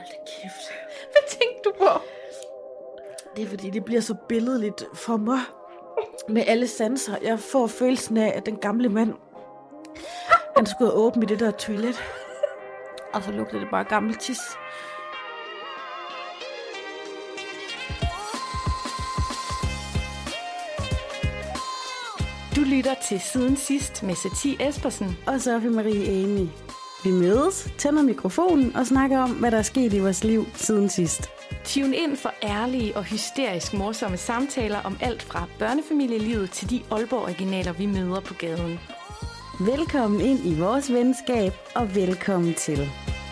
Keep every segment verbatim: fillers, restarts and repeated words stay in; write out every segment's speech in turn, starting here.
Hold da kæft. Hvad tænkte du på? Det er fordi, det bliver så billedligt for mig. Med alle sanser. Jeg får følelsen af, at den gamle mand, han skulle åbne i det der toilet. Og så lugter det bare gammel tis. Du lytter til Siden Sidst med Satie Espersen og Sofie Marie Amy. Vi mødes, tænder mikrofonen og snakker om, hvad der er sket i vores liv siden sidst. Tune ind for ærlige og hysterisk morsomme samtaler om alt fra børnefamilielivet til de Aalborg-originaler, vi møder på gaden. Velkommen ind i vores venskab, og velkommen til.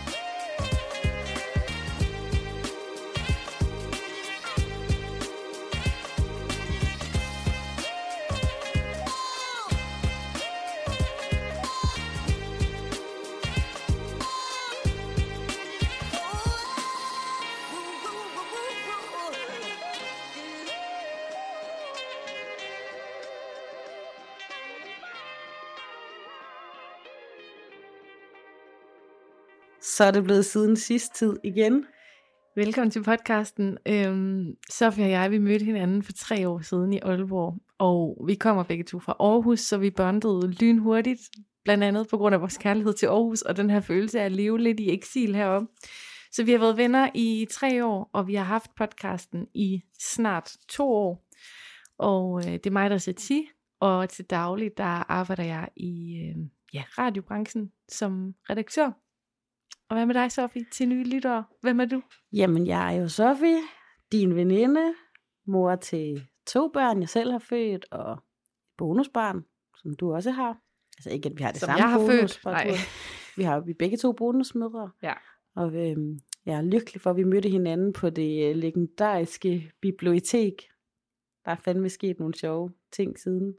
Så er det blevet siden sidste tid igen. Velkommen til podcasten. Øhm, Sofie og jeg, vi mødte hinanden for tre år siden i Aalborg, og vi kommer begge to fra Aarhus, så vi bondede lynhurtigt, blandt andet på grund af vores kærlighed til Aarhus, og den her følelse af at leve lidt i eksil heroppe. Så vi har været venner i tre år, og vi har haft podcasten i snart to år, og øh, det er mig, der er Satie, og til daglig, der arbejder jeg i øh, ja, radiobranchen som redaktør. Og hvad med dig, Sofie, til nye lyttere? Hvem er du? Jamen, jeg er jo Sofie, din veninde, mor til to børn, jeg selv har født, og bonusbarn, som du også har. Altså ikke, at vi har det som samme jeg har bonus. Født. Nej. Vi har vi begge to bonusmødre. Ja. Og øhm, jeg er lykkelig for, at vi mødte hinanden på det legendariske bibliotek. Der er fandme sket nogle sjove ting siden.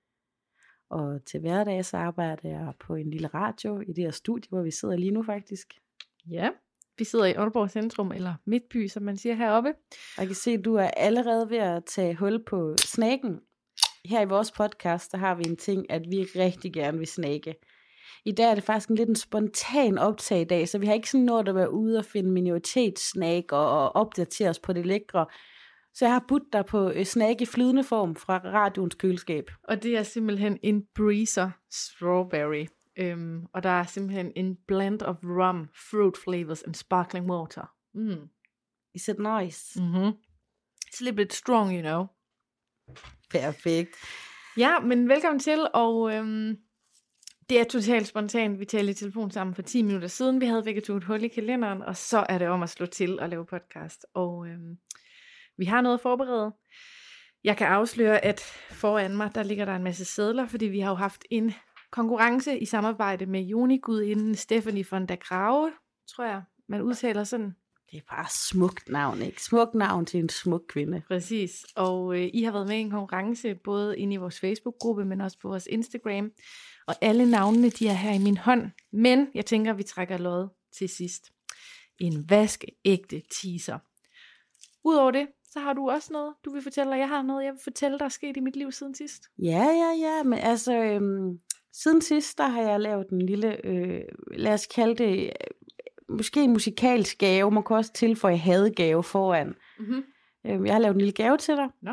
Og til hverdag så arbejder jeg på en lille radio i det her studie, hvor vi sidder lige nu faktisk. Ja, vi sidder i Aalborg Centrum, eller Midtby, som man siger heroppe. Og jeg kan se, at du er allerede ved at tage hul på snakken. Her i vores podcast, der har vi en ting, at vi rigtig gerne vil snakke. I dag er det faktisk en lidt en spontan optag i dag, så vi har ikke sådan nået at være ude og finde minoritetssnak og opdatere os på det lækre. Så jeg har budt dig på snack i flydende form fra radioens køleskab. Og det er simpelthen en Breezer Strawberry. Øhm, og der er simpelthen en blend of rum, fruit flavors and sparkling water. Mm. Is it nice? Mm-hmm. It's a little bit strong, you know. Perfekt. Ja, men velkommen til, og øhm, det er totalt spontant. Vi talte i telefon sammen for ti minutter siden. Vi havde begge to et hul i kalenderen, og så er det om at slå til og lave podcast. Og øhm, vi har noget forberedt. Jeg kan afsløre, at foran mig, der ligger der en masse sedler, fordi vi har jo haft en konkurrence i samarbejde med Junigudinden Stephanie von der Grave, tror jeg, man udtaler sådan. Det er bare smukt navn, ikke? Smukt navn til en smuk kvinde. Præcis, og øh, I har været med i en konkurrence, både inde i vores Facebook-gruppe, men også på vores Instagram. Og alle navnene, de er her i min hånd. Men jeg tænker, vi trækker lod til sidst. En vaskeægte teaser. Udover det, så har du også noget, du vil fortælle, og jeg har noget, jeg vil fortælle, der er sket i mit liv siden sidst. Ja, ja, ja, men altså, øhm, siden sidst, der har jeg lavet en lille, øh, lad os kalde det, øh, måske en musikalsk gave, man kan også tilføje hadegave foran. Mm-hmm. Øhm, jeg har lavet en lille gave til dig. Nå.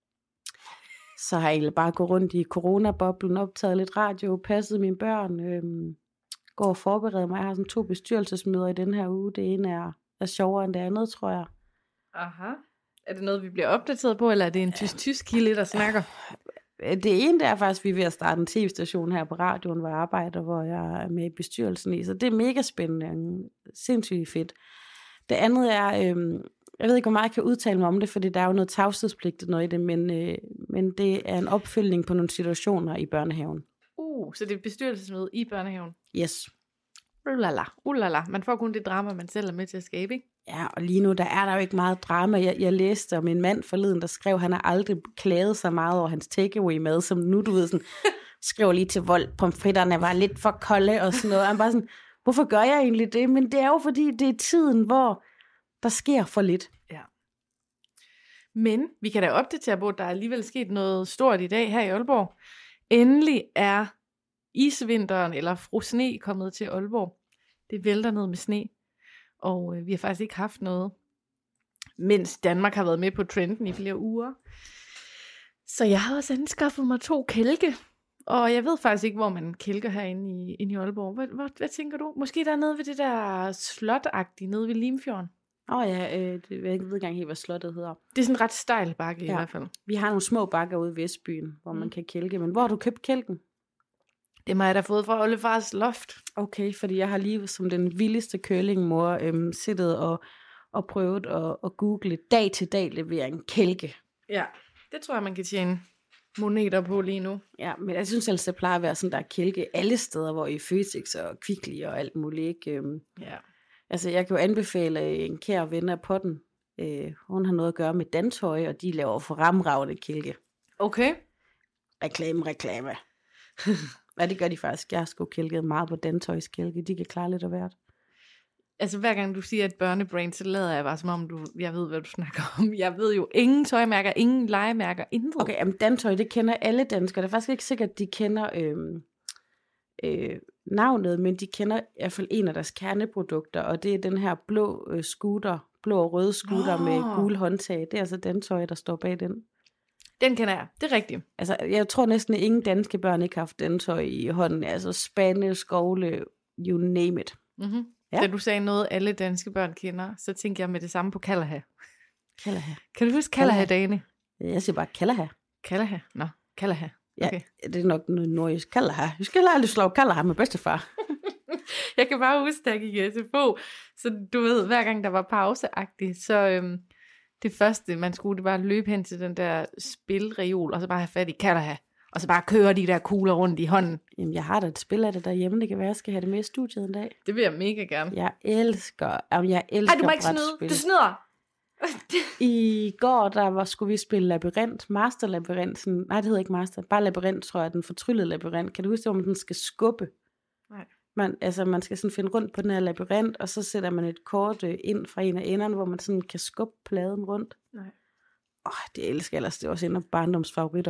Så har jeg egentlig bare gået rundt i coronaboblen, optaget lidt radio, passet mine børn, øhm, går og forbereder mig. Jeg har sådan to bestyrelsesmøder i den her uge. Det ene er, er sjovere end det andet, tror jeg. Aha. Er det noget, vi bliver opdateret på, eller er det en tysk-tysk kilde, der snakker? Det ene, det er faktisk, at vi er ved at starte en tv-station her på radioen, hvor jeg arbejder, hvor jeg er med i bestyrelsen i. Så det er mega spændende, sindssygt fedt. Det andet er, øh, jeg ved ikke, hvor meget jeg kan udtale mig om det, fordi der er jo noget tavshedspligt noget i det, men, øh, men det er en opfølgning på nogle situationer i børnehaven. Uh, så det er bestyrelsesmøde i børnehaven? Yes. Ulala, ulala. Man får kun det drama, man selv er med til at skabe, ikke? Ja, og lige nu, der er der jo ikke meget drama. Jeg, jeg læste om en mand forleden, der skrev, at han har aldrig klaget så meget over hans takeaway-mad, som nu, du ved, sådan, skriver lige til vold, pomfritterne var lidt for kolde og sådan noget. Og han bare sådan, hvorfor gør jeg egentlig det? Men det er jo fordi, det er tiden, hvor der sker for lidt. Ja. Men vi kan da opdatere på, at der er alligevel sket noget stort i dag her i Aalborg. Endelig er isvinteren, eller fru sne, kommet til Aalborg. Det vælter ned med sne. Og øh, vi har faktisk ikke haft noget, mens Danmark har været med på trenden i flere uger. Så jeg har også anskaffet mig to kælke. Og jeg ved faktisk ikke, hvor man kælker herinde i, inde i Aalborg. Hvad, hvad, hvad tænker du? Måske der er nede ved det der slot-agtige, nede ved Limfjorden. Åh oh ja, øh, det, jeg ved ikke engang helt, hvad slottet hedder. Det er sådan en ret stejl bakke ja. I hvert fald. Vi har nogle små bakker ude i Vestbyen, hvor mm. man kan kælke. Men hvor har du købt kælken? Det er mig, der har fået fra oldefars loft. Okay, fordi jeg har lige som den vildeste curlingmor øhm, siddet og, og prøvet at, at google dag til dag levering kælke. Ja, det tror jeg, man kan tjene moneter på lige nu. Ja, men jeg synes altså, det plejer at være sådan, der er kælke alle steder, hvor i Føtex og Kvickly og alt muligt. Ikke? Øhm, ja. Altså, jeg kan jo anbefale en kær ven af potten. Øh, hun har noget at gøre med Danshøje, og de laver fremragende kælke. Okay. Reklame, reklame. Ja, det gør de faktisk. Jeg har sgu kælket meget på Danshøjs kælke. De kan klare lidt af hvert. Altså, hver gang du siger et børnebrain, så lader jeg bare som om, du, jeg ved, hvad du snakker om. Jeg ved jo ingen tøjmærker, ingen legemærker, intet. Okay, jamen Danshøj, det kender alle danskere. Det er faktisk ikke sikkert, at de kender øh, øh, navnet, men de kender i hvert fald en af deres kerneprodukter, og det er den her blå øh, scooter, blå og røde scooter oh. med gule håndtag. Det er altså Danshøj, der står bag den. Den kender jeg, det er rigtigt. Altså, jeg tror næsten, at ingen danske børn ikke har haft Danshøj i hånden. Altså, spande, skovle, you name it. Mm-hmm. Ja. Da du sagde noget, alle danske børn kender, så tænker jeg med det samme på Kalaha. Kalaha. Kan du huske Kalaha-dagene? Jeg siger bare Kalaha. Kalaha? Nå, Kalaha. Okay. Ja, det er nok noget nordjysk. Kalaha. Vi skal aldrig slå Kalaha med bedstefar. Jeg kan bare huske, da jeg gik i S F O, så du ved, hver gang der var pauseagtigt, så øhm, det første, man skulle, det var at løbe hen til den der spilreol, og så bare have fat i Kalaha. Og så bare køre de der kugler rundt i hånden. Jamen, jeg har da et spil af det derhjemme. Det kan være, jeg skal have det med i studiet en dag. Det vil jeg mega gerne. Jeg elsker, jamen, jeg elsker Ej, du må ikke snyde. Du snyder. I går, der var, skulle vi spille labyrint. Master labyrint. Sådan, nej, det hedder ikke master. Bare labyrint, tror jeg. Den fortryllede labyrint. Kan du huske, hvor man den skal skubbe? Nej. Man, altså, man skal sådan finde rundt på den her labyrint, og så sætter man et kort ind fra en af enderne, hvor man sådan kan skubbe pladen rundt. Nej. Åh, det elsker jeg ellers. Det er også en af barndoms favoritter.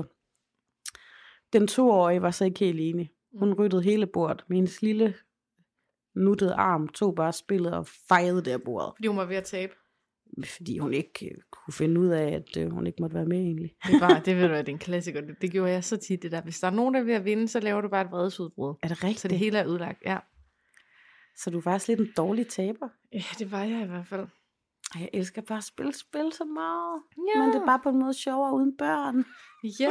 Den toårige var så ikke helt enig. Hun ryddede hele bordet med hendes lille nuttede arm, tog bare spillet og fejede der bordet. Fordi hun var ved at tabe. Fordi hun ikke uh, kunne finde ud af, at uh, hun ikke måtte være med egentlig. Det, var, det ved du, det er en klassiker. Det, det gjorde jeg så tit, det der. Hvis der er nogen, der er ved at vinde, så laver du bare et vredesudbrud. Er det rigtigt? Så det hele er udlagt, ja. Så du er faktisk lidt en dårlig taber? Ja, det var jeg i hvert fald. Jeg elsker bare at spille spil så meget. Ja. Men det er bare på en måde sjovere uden børn. Ja.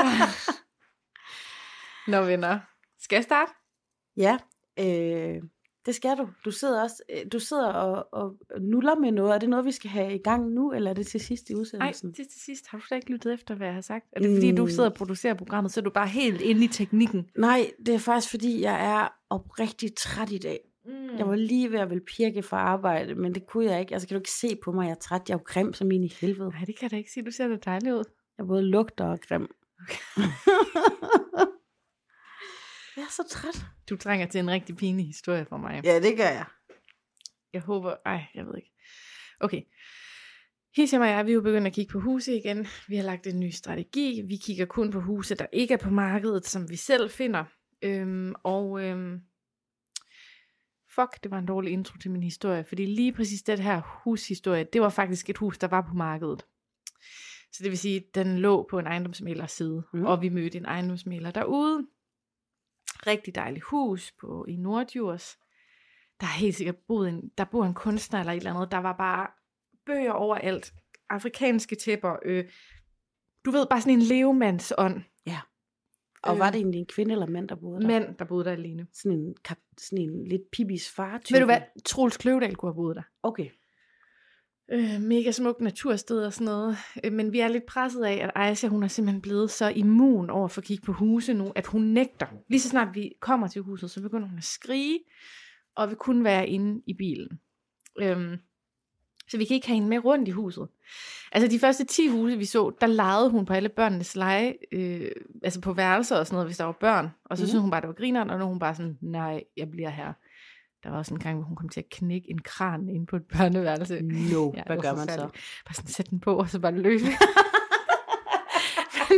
Nå venner, skal jeg starte? Ja, øh, det skal du. Du sidder også, du sidder og, og nuller med noget. Er det noget, vi skal have i gang nu, eller er det til sidst i udsendelsen? Nej, det er til sidst. Har du slet ikke lyttet efter, hvad jeg har sagt? Er det fordi, mm. du sidder og producerer programmet, så er du bare helt inde i teknikken? Nej, det er faktisk fordi, jeg er oprigtigt træt i dag. Mm. Jeg var lige ved at ville pirke fra arbejde, men det kunne jeg ikke. Altså, kan du ikke se på mig, jeg er træt. Jeg er jo grim som en i helvede. Nej, det kan jeg da ikke sige. Du ser da dejlig ud. Jeg både lugter og grim. Okay. Jeg er så træt. Du trænger til en rigtig pinlig historie for mig. Ja, det gør jeg. Jeg håber... Ej, jeg ved ikke. Okay. Hisam og jeg, vi er jo begyndt at kigge på huse igen. Vi har lagt en ny strategi. Vi kigger kun på huse, der ikke er på markedet, som vi selv finder. Øhm, og... Øhm, fuck, det var en dårlig intro til min historie. Fordi lige præcis den her hushistorie, det var faktisk et hus, der var på markedet. Så det vil sige, den lå på en ejendomsmælers side. Mm. Og vi mødte en ejendomsmæler derude. Rigtig dejligt hus på, i Nordjurs. Der er helt sikkert boet en, der bor en kunstner eller et eller andet. Der var bare bøger overalt. Afrikanske tæpper. Øh, du ved, bare sådan en levemandsånd. Ja. Og øh, var det egentlig en kvinde eller mand, der boede der? Mand, der boede der alene. Sådan en, kap, sådan en lidt Pibis far type. Ved du hvad? Troels Kløvedal kunne have boet der. Okay. Øh, mega smukt natursted og sådan noget. Øh, men vi er lidt presset af, at Aisha, hun er simpelthen blevet så immun over for at kigge på huse nu, at hun nægter. Lige så snart vi kommer til huset, så begynder hun at skrige, og vil kun være inde i bilen. Øh, så vi kan ikke have hende med rundt i huset. Altså de første ti huse, vi så, der legede hun på alle børnenes lege, øh, altså på værelser og sådan noget, hvis der var børn. Og så mm. synes hun bare, det var grineren, og nu er hun bare sådan, nej, jeg bliver her. Der var også en gang, hvor hun kom til at knække en kran inde på et børneværelse. No, ja, hvad gør man så? Bare sådan, sæt den på, og så bare løbe.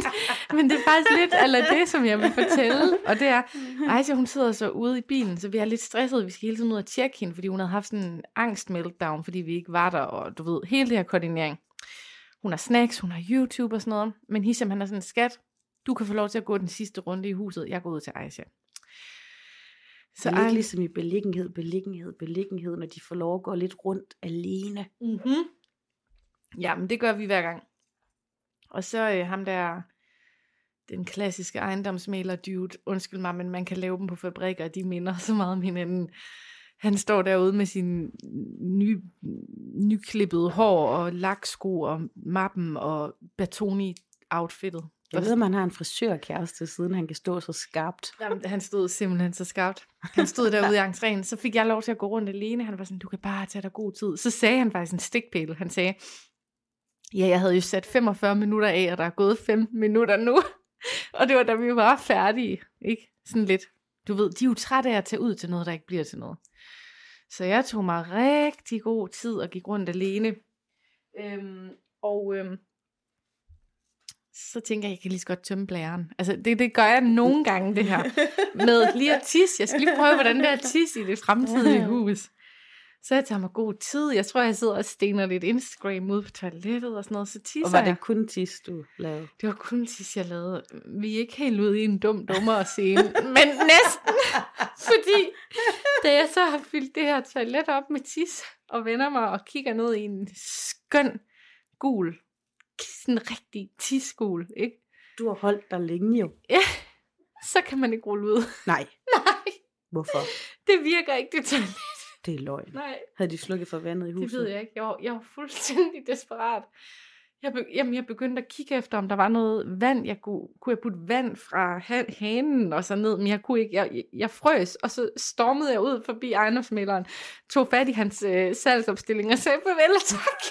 Men det er faktisk lidt eller det, som jeg vil fortælle. Og det er, Aisha, hun sidder så ude i bilen, så vi er lidt stressede. Vi skal hele tiden ud og tjekke hende, fordi hun havde haft sådan en angst-meltdown, fordi vi ikke var der, og du ved, hele det her koordinering. Hun har snacks, hun har YouTube og sådan noget. Men Hisham, han er sådan, skat, du kan få lov til at gå den sidste runde i huset. Jeg går ud til Aisha. Så det er lidt ligesom i beliggenhed, beliggenhed, beliggenhed, når de får lov at gå lidt rundt alene. Mm-hmm. Ja, men det gør vi hver gang. Og så øh, ham der, den klassiske ejendomsmægler dude, undskyld mig, men man kan lave dem på fabrikker, de minder så meget om hinanden. Han står derude med sin ny, nyklippede hår og laksko og mappen og Batoni-outfittet. Jeg ved, man har en frisørkæreste, siden han kan stå så skarpt. Jamen, han stod simpelthen så skarpt. Han stod derude i entréen, så fik jeg lov til at gå rundt alene. Han var sådan, du kan bare tage dig god tid. Så sagde han faktisk en stikpæl. Han sagde, ja, jeg havde jo sat femogfyrre minutter af, og der er gået femten minutter nu. Og det var da vi var færdige. Ikke? Sådan lidt. Du ved, de er jo trætte af at tage ud til noget, der ikke bliver til noget. Så jeg tog mig rigtig god tid og gik rundt alene. Øhm, og... Øhm, så tænker jeg, jeg kan lige så godt tømme blæren. Altså, det, det gør jeg nogle gange, det her. Med lige at tisse. Jeg skal lige prøve, hvordan det er at tisse i det fremtidige hus. Så jeg tager mig god tid. Jeg tror, jeg sidder og stener lidt Instagram ude på toilettet og sådan noget. Så tisser Og var det jeg. kun tis, du lavede? Det var kun tis, jeg lavede. Vi er ikke helt ude i en dum, dummere scene. Men næsten. Fordi da jeg så har fyldt det her toilet op med tis, og vender mig og kigger ned i en skøn, gul, sådan en rigtig tisgul, ikke? Du har holdt dig længe jo. Ja, så kan man ikke rulle ud. Nej. Nej. Hvorfor? Det virker ikke, det toilet. Det er løgn. Nej. Havde de slukket for vandet i huset? Det ved jeg ikke. Jeg var, jeg var fuldstændig desperat. Jeg, be, jamen, jeg begyndte at kigge efter, om der var noget vand. Jeg kunne, kunne jeg putte vand fra hanen og så ned, men jeg kunne ikke. Jeg, jeg frøs, og så stormede jeg ud forbi ejendomsmægleren, tog fat i hans øh, salgsopstilling og sagde farvel og tak.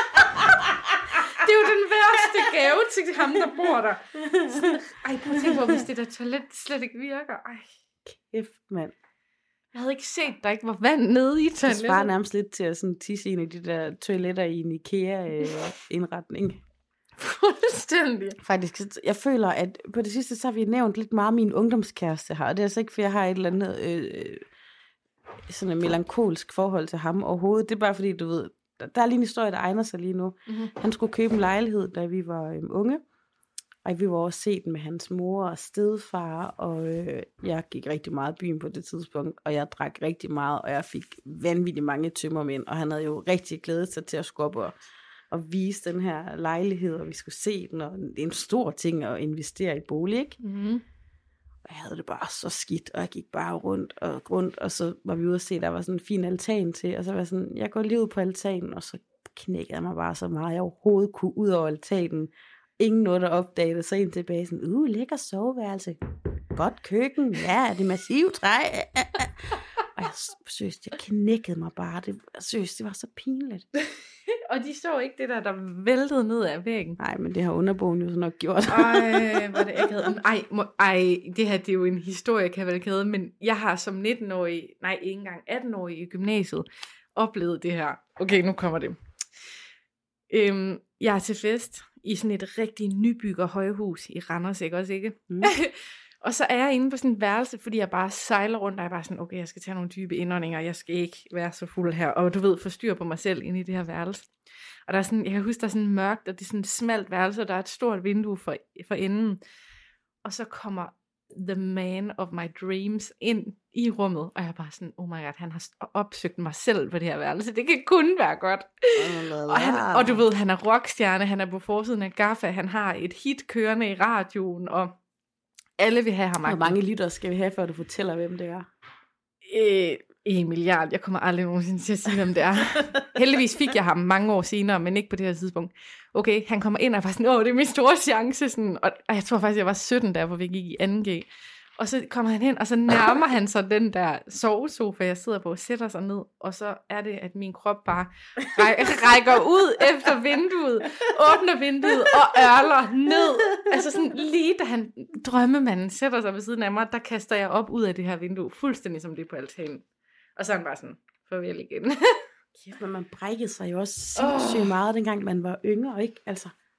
Det er jo den værste gave til ham, der bor der. Sådan, ej, prøv at tænke på, hvis det der toilet slet ikke virker. Ej, kæft, mand. Jeg havde ikke set, der ikke var vand nede i toilettet. Det svarer nærmest lidt til at sådan tisse en af de der toiletter i en IKEA-indretning. Øh, Fuldstændig. Faktisk, jeg føler, at på det sidste, så har vi nævnt lidt meget min ungdomskæreste her. Og det er altså ikke, fordi jeg har et eller andet øh, sådan et melankolsk forhold til ham overhovedet. Det er bare fordi, du ved, der er lige en historie, der egner sig lige nu. Mm-hmm. Han skulle købe en lejlighed, da vi var øh, unge. Og vi var også set med hans mor og stedfar, og øh, jeg gik rigtig meget i byen på det tidspunkt, og jeg drak rigtig meget, og jeg fik vanvittigt mange tømmermænd, og han havde jo rigtig glædet sig til at skulle op og, og vise den her lejlighed, og vi skulle se den, og det er en stor ting at investere i bolig, ikke? Mm-hmm. Og jeg havde det bare så skidt, og jeg gik bare rundt og rundt, og så var vi ude at se, der var sådan en fin altan til, og så var jeg sådan, jeg går lige ud på altanen, og så knækkede jeg mig bare så meget, jeg overhovedet kunne ud over altanen. Ingen noget, der opdagede, så ind tilbage sådan, uh, lækker soveværelse, godt køkken, ja, er det massivt træ? Og jeg synes, jeg knækkede mig bare, det, jeg synes, det var så pinligt. Og de så ikke det der, der væltede ned af væggen. Nej, men det har underbogen jo så nok gjort. Ej, hvor det ikke havde. Ej, må, ej, det her det er jo en historie, kavalkade, men jeg har som nitten-årig, nej, ikke engang atten-årig i gymnasiet, oplevet det her. Okay, nu kommer det. Øhm, jeg er til fest i sådan et rigtig nybygger højhus i Randers, ikke også, ikke? Mm. Og så er jeg inde på sådan et værelse, fordi jeg bare sejler rundt, og jeg er bare sådan, okay, jeg skal tage nogle dybe indåndinger, jeg skal ikke være så fuld her, og du ved, forstyrre på mig selv inde i det her værelse. Og der er sådan, jeg kan huske, der er sådan mørkt, og det er sådan et smalt værelse, og der er et stort vindue for, for enden. Og så kommer the man of my dreams ind i rummet, og jeg er bare sådan, oh my god, han har opsøgt mig selv på det her værelse, det kan kun være godt. Og, han, og du ved, han er rockstjerne, han er på forsiden af Gaffa, han har et hit kørende i radioen, og alle vil have ham. Hvor mange lytter skal vi have, før du fortæller, hvem det er? Øh, en milliard. Jeg kommer aldrig nogensinde til at sige, hvem det er. Heldigvis fik jeg ham mange år senere, men ikke på det her tidspunkt. Okay, han kommer ind og var sådan, åh, det er min store chance. Sådan, og, og jeg tror faktisk, jeg var sytten der, hvor vi gik i anden G. Og så kommer han hen, og så nærmer han sig den der sovesofa, jeg sidder på, sætter sig ned, og så er det, at min krop bare rækker ud efter vinduet, åbner vinduet og ørler ned. Altså sådan lige da han, drømmemanden, sætter sig ved siden af mig, der kaster jeg op ud af det her vindue, fuldstændig som det på altanen. Og så er han bare sådan, farvel igen. Ja, men man brækkede sig jo også sindssygt oh. meget, dengang man var yngre, ikke? Altså,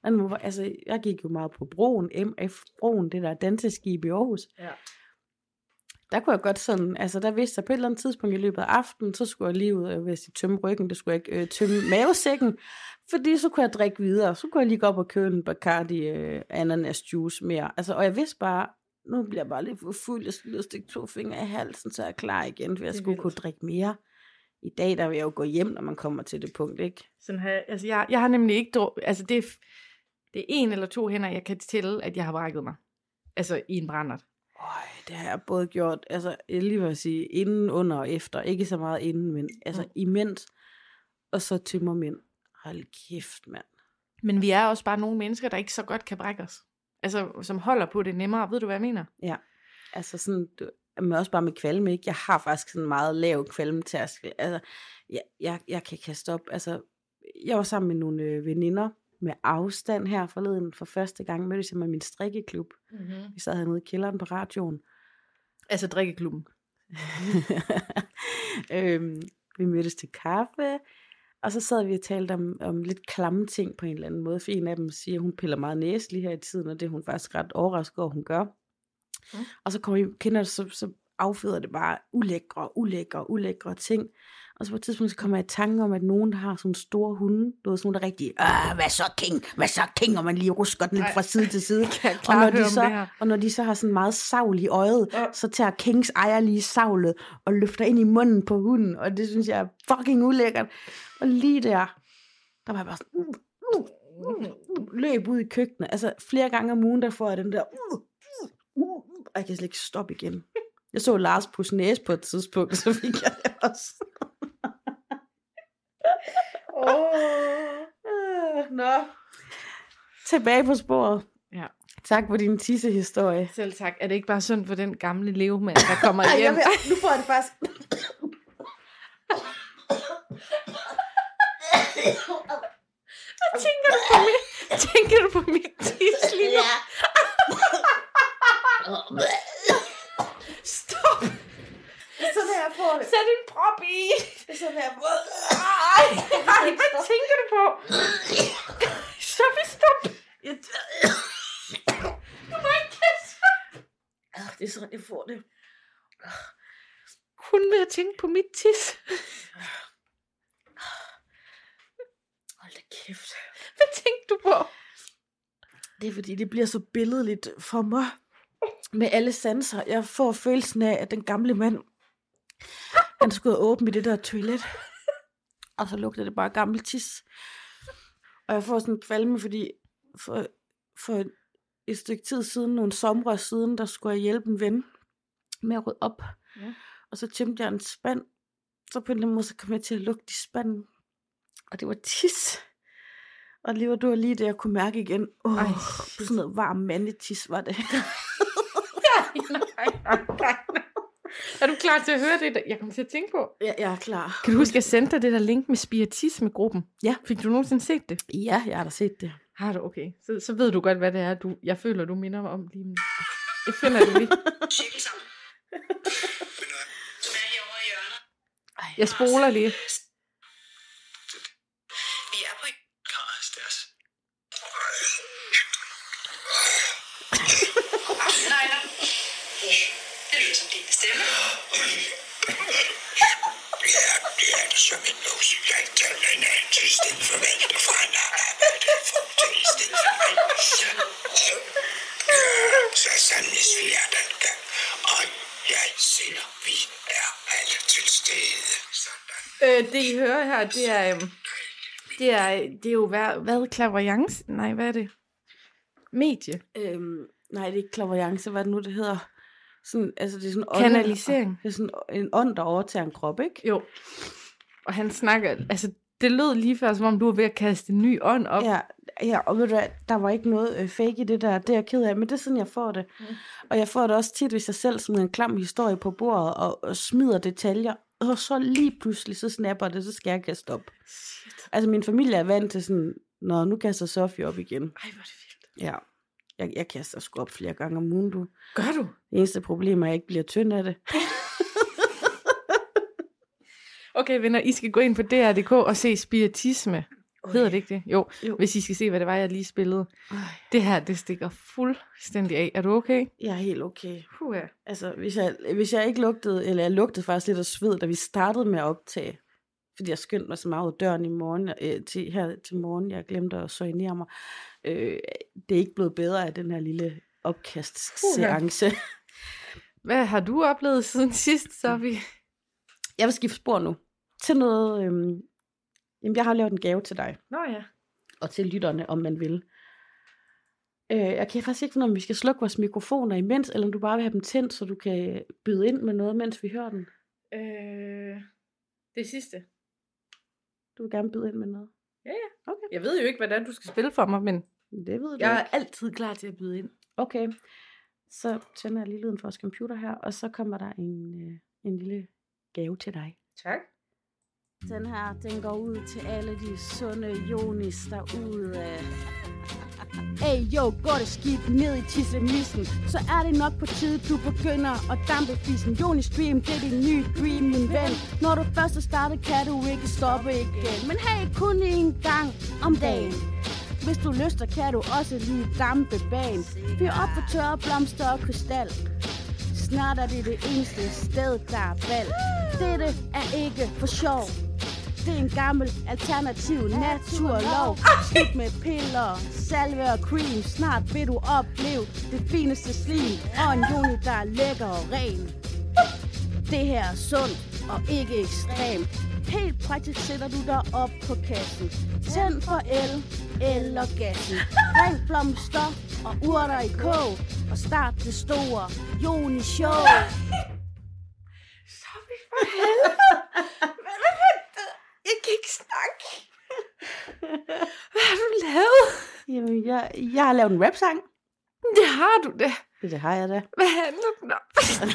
Altså, jeg gik jo meget på broen, M F-broen, det der danseskib i Aarhus. Ja. Der kunne jeg godt sådan, altså der vidste jeg på et eller andet tidspunkt i løbet af aftenen, så skulle jeg lige ud og hvis jeg tømme ryggen, det skulle jeg ikke øh, tømme mavesækken, fordi så kunne jeg drikke videre, så kunne jeg lige gå op og købe en Bacardi øh, ananas juice mere. Altså, og jeg vidste bare, nu bliver jeg bare lidt for fuld, jeg skal lige stikke to fingre i halsen, så er jeg klar igen, for jeg skulle kunne drikke mere. I dag, der vil jeg jo gå hjem, når man kommer til det punkt, ikke? Sådan her, altså jeg, jeg har nemlig ikke, druk, altså det er, det er en eller to hænder, jeg kan tælle, at jeg har brækket mig. Altså i en brændert. Øj, det har jeg både gjort, altså jeg lige vil sige, inden, under og efter. Ikke så meget inden, men altså mm. imens. Og så tømmermænd. Hold kæft, mand. Men vi er også bare nogle mennesker, der ikke så godt kan brække os. Altså, som holder på det nemmere. Ved du, hvad jeg mener? Ja. Altså sådan, du, men også bare med kvalme, ikke? Jeg har faktisk sådan en meget lav kvalmetærskel. Altså, jeg, jeg, jeg kan kaste op. Altså, jeg var sammen med nogle øh, veninder med afstand her forleden. For første gang mødtes jeg med min strikkeklub. Mm-hmm. Vi sad hernede i kælderen på radioen. Altså drikkeklubben. øhm, vi mødtes til kaffe. Og så sad vi og talte om, om lidt klamme ting på en eller anden måde. For en af dem siger, at hun piller meget næse lige her i tiden. Og det er hun faktisk ret overrasket over, hun gør. Mm. Og så kommer I kender det, så, så afføder det bare ulækre, ulækre, ulækre ting. Og så på et tidspunkt så kommer jeg i tanke om, at nogen der har sådan store hunde, du ved sådan nogle der rigtig, hvad så king, hvad så king, og man lige rusker den lidt fra side til side. og, når de så, og når de så har sådan meget savl i øjet, ja. Så tager kings ejer lige savlet og løfter ind i munden på hunden, og det synes jeg er fucking ulækkert. Og lige der, der var jeg bare sådan, uh, uh, uh, uh, løb ud i køkkenet. Altså flere gange om ugen, der får jeg den der, uh, uh, uh, og jeg kan slet ikke stoppe igen. Jeg så Lars pusse næse på et tidspunkt, så fik jeg det også. oh. Nå. Tilbage på sporet. Ja. Tak for din tissehistorie. Selv tak. Er det ikke bare synd for den gamle levemand, der kommer hjem? Ej, jeg vil, nu får jeg det faktisk. Hvad tænker du på mit, tænker du på mit tis lige nu? Stop! Det er sådan, jeg får det. Sæt en prop i. Det er sådan, jeg får det. Ej, ej, hvad tænker du på? Så vi stop. Du må ikke kaste. Det er sådan, jeg får det. Kun ved at tænke på mit tis. Hold da kæft. Hvad tænkte du på? Det er fordi, det bliver så billedligt for mig. Med alle sanser. Jeg får følelsen af, at den gamle mand, han skulle åbne i det der toilet. Og så lugter det bare gammel tis. Og jeg får sådan en kvalme, fordi for, for et stykke tid siden, nogle somre siden, der skulle jeg hjælpe en ven med at rydde op. Ja. Og så tømte jeg en spand. Så på en eller anden måde, så kom jeg til at lugte i spanden. Og det var tis. Og lige var du lige det, jeg kunne mærke igen. Åh, oh, sådan noget varm mandetis var det. nej, nej, nej. Er du klar til at høre det, jeg kommer til at tænke på? Ja, jeg er klar. Kan du huske, at jeg sendte dig det der link med spiritisme-gruppen? Ja. Fik du nogensinde set det? Ja, jeg har da set det. Har du? Okay. Så, så ved du godt, hvad det er, du, jeg føler, du minder mig om lige. Jeg finder det lige. Jeg spoler lige. Vi er på Karsters. Nej, nej. Det lyder som din stemme. Ja, det er det som en musikalsk talende til stedet for vælter fra en arbejde for til i stedet for mig. Så sandelig sviger den gang, og jeg siger, vi er alle til stede. Øh, det I hører her, det er, øhm, det er, det er jo hvad, hvad clairvoyance? Nej, hvad er det? Medie? Øhm, nej, det er ikke clairvoyance, hvad det nu det hedder. Sådan, altså det er sådan kanalisering. Ånd, det er sådan en ånd, der overtager en krop, ikke? Jo. Og han snakker, altså det lød lige før, som om du var ved at kaste en ny ånd op. Ja, ja, og ved du hvad, der var ikke noget øh, fake i det der, det er jeg ked af, men det er sådan, jeg får det. Mm. Og jeg får det også tit, hvis jeg selv smider en klam historie på bordet, og, og smider detaljer, og så lige pludselig, så snapper det, så skal jeg kaste op. Shit. Altså min familie er vant til sådan, nå, nu kaster Sofie op igen. Ej, hvor er det vildt. Ja, jeg, jeg kaster sgu op flere gange om ugen, du. Gør du? Det eneste problem er, at jeg ikke bliver tynd af det. Okay, venner, I skal gå ind på D R punktum D K og se spiritisme. Hedder det ikke det? Jo, Jo. hvis I skal se, hvad det var, jeg lige spillede. Øj, Det her, det stikker fuldstændig af. Er du okay? jeg er helt okay. Puh, ja. Altså, hvis jeg, hvis jeg ikke lugtede, eller jeg lugtede faktisk lidt af sved, da vi startede med at optage, fordi jeg skyndte mig så meget ud af døren i morgen, øh, til, her til morgen, jeg glemte at soignere mig. Øh, det er ikke blevet bedre af den her lille opkastseance. Hvad har du oplevet siden sidst, så vi? Jeg vil skifte spor nu. Til noget, øh, jamen jeg har lavet en gave til dig, Nå ja. og til lytterne, om man vil. Øh, jeg kan faktisk ikke finde, om vi skal slukke vores mikrofoner imens, eller om du bare vil have dem tændt, så du kan byde ind med noget, mens vi hører den. Øh, det sidste. Du vil gerne byde ind med noget. Ja, ja. Okay. Jeg ved jo ikke, hvordan du skal spille for mig, men Det ved du jeg er ikke. altid klar til at byde ind. Okay, så tænder jeg lige lyden for vores computer her, og så kommer der en, øh, en lille gave til dig. Tak. Den her, den går ud til alle de sunde jonis derude. Hey yo, går det skidt ned i tissemissen, så er det nok på tide, du begynder at dampe fisen. Joni Stream, det er din nye dream, min ven. Når du først er startet, kan du ikke stoppe igen. Men hey, kun en gang om dagen. Hvis du lyster, kan du også lige dampe bagen. Fyr op for tørre blomster og krystal. Snart er det det eneste sted, der er valg. Dette er ikke for sjov. Det er en gammel alternativ naturlov. Slut med piller, salve og cream. Snart vil du opleve det fineste slim. Og en joni, der er lækker og ren. Det her er sundt og ikke ekstremt. Helt praktisk sætter du dig op på kassen. Tænd for el eller gassen. Bring blomster og urter i kog. Og start det store Joni Show. Så vi for helvede. Jeg kan ikke snakke. Hvad har du lavet? Jamen, jeg, jeg har lavet en rap-sang. Det har du da. Det har jeg da. Hvad handler den om?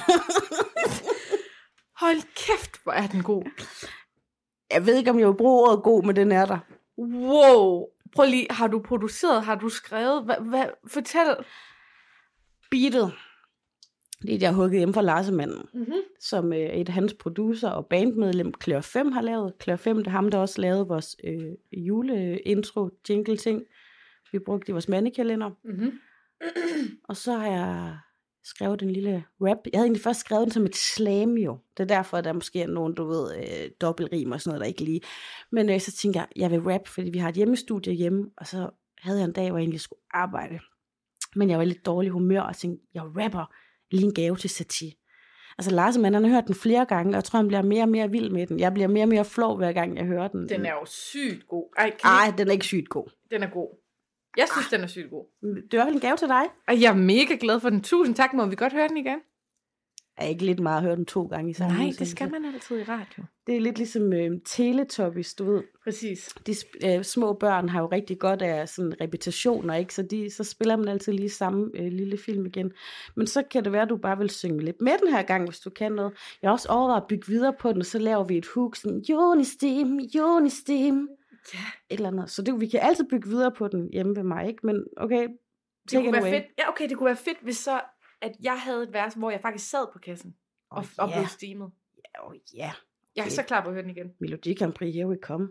Hold kæft, hvor er den god. Jeg ved ikke, om jeg vil bruge ordet god, men den er der. Wow. Prøv lige, har du produceret, har du skrevet? Hvad, hvad? Fortæl. Beatet. Det er et, jeg har hugget hjemme fra Larsemanden, Mm-hmm. som øh, et af hans producer og bandmedlem, Klør fem, har lavet. Klør fem, det er ham, der også lavede vores øh, juleintro, jingle-ting. Vi brugte i vores mandekalender. Mm-hmm. Og så har jeg skrevet en lille rap. Jeg havde egentlig først skrevet den som et slam jo. Det er derfor, at der måske er nogen, du ved, øh, dobbeltrim og sådan noget, der ikke lige. Men øh, så tænkte jeg, jeg vil rap, fordi vi har et hjemmestudie hjemme, og så havde jeg en dag, hvor jeg egentlig skulle arbejde. Men jeg var i lidt dårlig humør, og tænkte, jeg rapper lige en gave til Satie. Altså Larsemann, han har hørt den flere gange, og jeg tror, han bliver mere og mere vild med den. Jeg bliver mere og mere flov, hver gang jeg hører den. Den er jo sygt god. Ej, kan Ej, I... den er ikke sygt god. Den er god. Jeg synes, den er sygt god. Det er en gave til dig. Og jeg er mega glad for den. Tusind tak, må vi godt høre den igen? Er ikke lidt meget at høre den to gange i samme Nej, det udsendelse? skal man altid i radio. Det er lidt ligesom øh, Teletubbies, du ved. Præcis. De øh, små børn har jo rigtig godt af sådan repetitioner, ikke? Så, de, så spiller man altid lige samme øh, lille film igen. Men så kan det være, at du bare vil synge lidt med den her gang, hvis du kan noget. Jeg har også overvejet at bygge videre på den, og så laver vi et hook, sådan, Joni Steam, Joni Steam. Ja. Et eller andet. Så det, vi kan altid bygge videre på den hjemme ved mig, ikke? Men okay, Det take kunne it være away. fedt. Ja, okay, det kunne være fedt, hvis så, at jeg havde et vers, hvor jeg faktisk sad på kassen og, Åh, og ja. blev steamet. Åh ja, Jeg er Okay. så klar på at høre den igen. Melodi Grand Prix, here we come.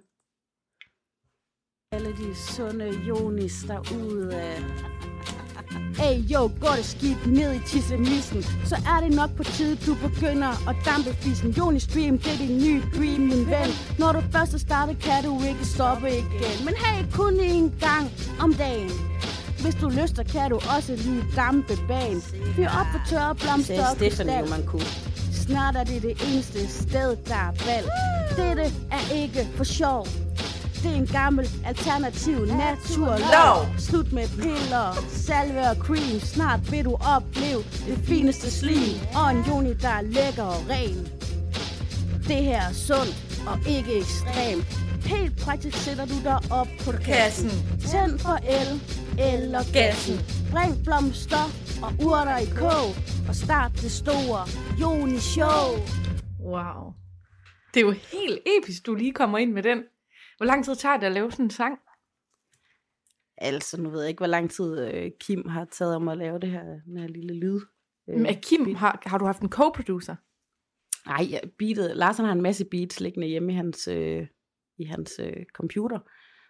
Alle de sunde jonis derude. Hey yo, går det skidt ned i tissemissen, så er det nok på tide, du begynder at dampe fisen. Joni Stream, det er din nye dream, min ven. Når du først er startet, kan du ikke stoppe igen. Men hey, kun en gang om dagen. Hvis du lyster, kan du også lige dampe bagen. Fyr op for tørre blomster og krystal. Snart er det det eneste sted, der er valg. Dette er ikke for sjov. Det er en gammel alternativ naturlov. Slut med piller, salve og cream. Snart vil du opleve det fineste slim. Og en joni, der er lækker og ren. Det her er sundt og ikke ekstremt. Helt praktisk sætter du dig op på kassen. Tænd for el eller gassen. Bring blomster og urter i kog. Og start det store Joni Show. Wow. Det er jo helt episk, du lige kommer ind med den. Hvor lang tid tager det at lave sådan en sang? Altså, nu ved jeg ikke, hvor lang tid øh, Kim har taget om at lave det her, den her lille lyd. Øh, Men Kim, har, har du haft en co-producer? Nej, ja, beatet. Larsen har en masse beats liggende hjemme i hans, øh, i hans øh, computer.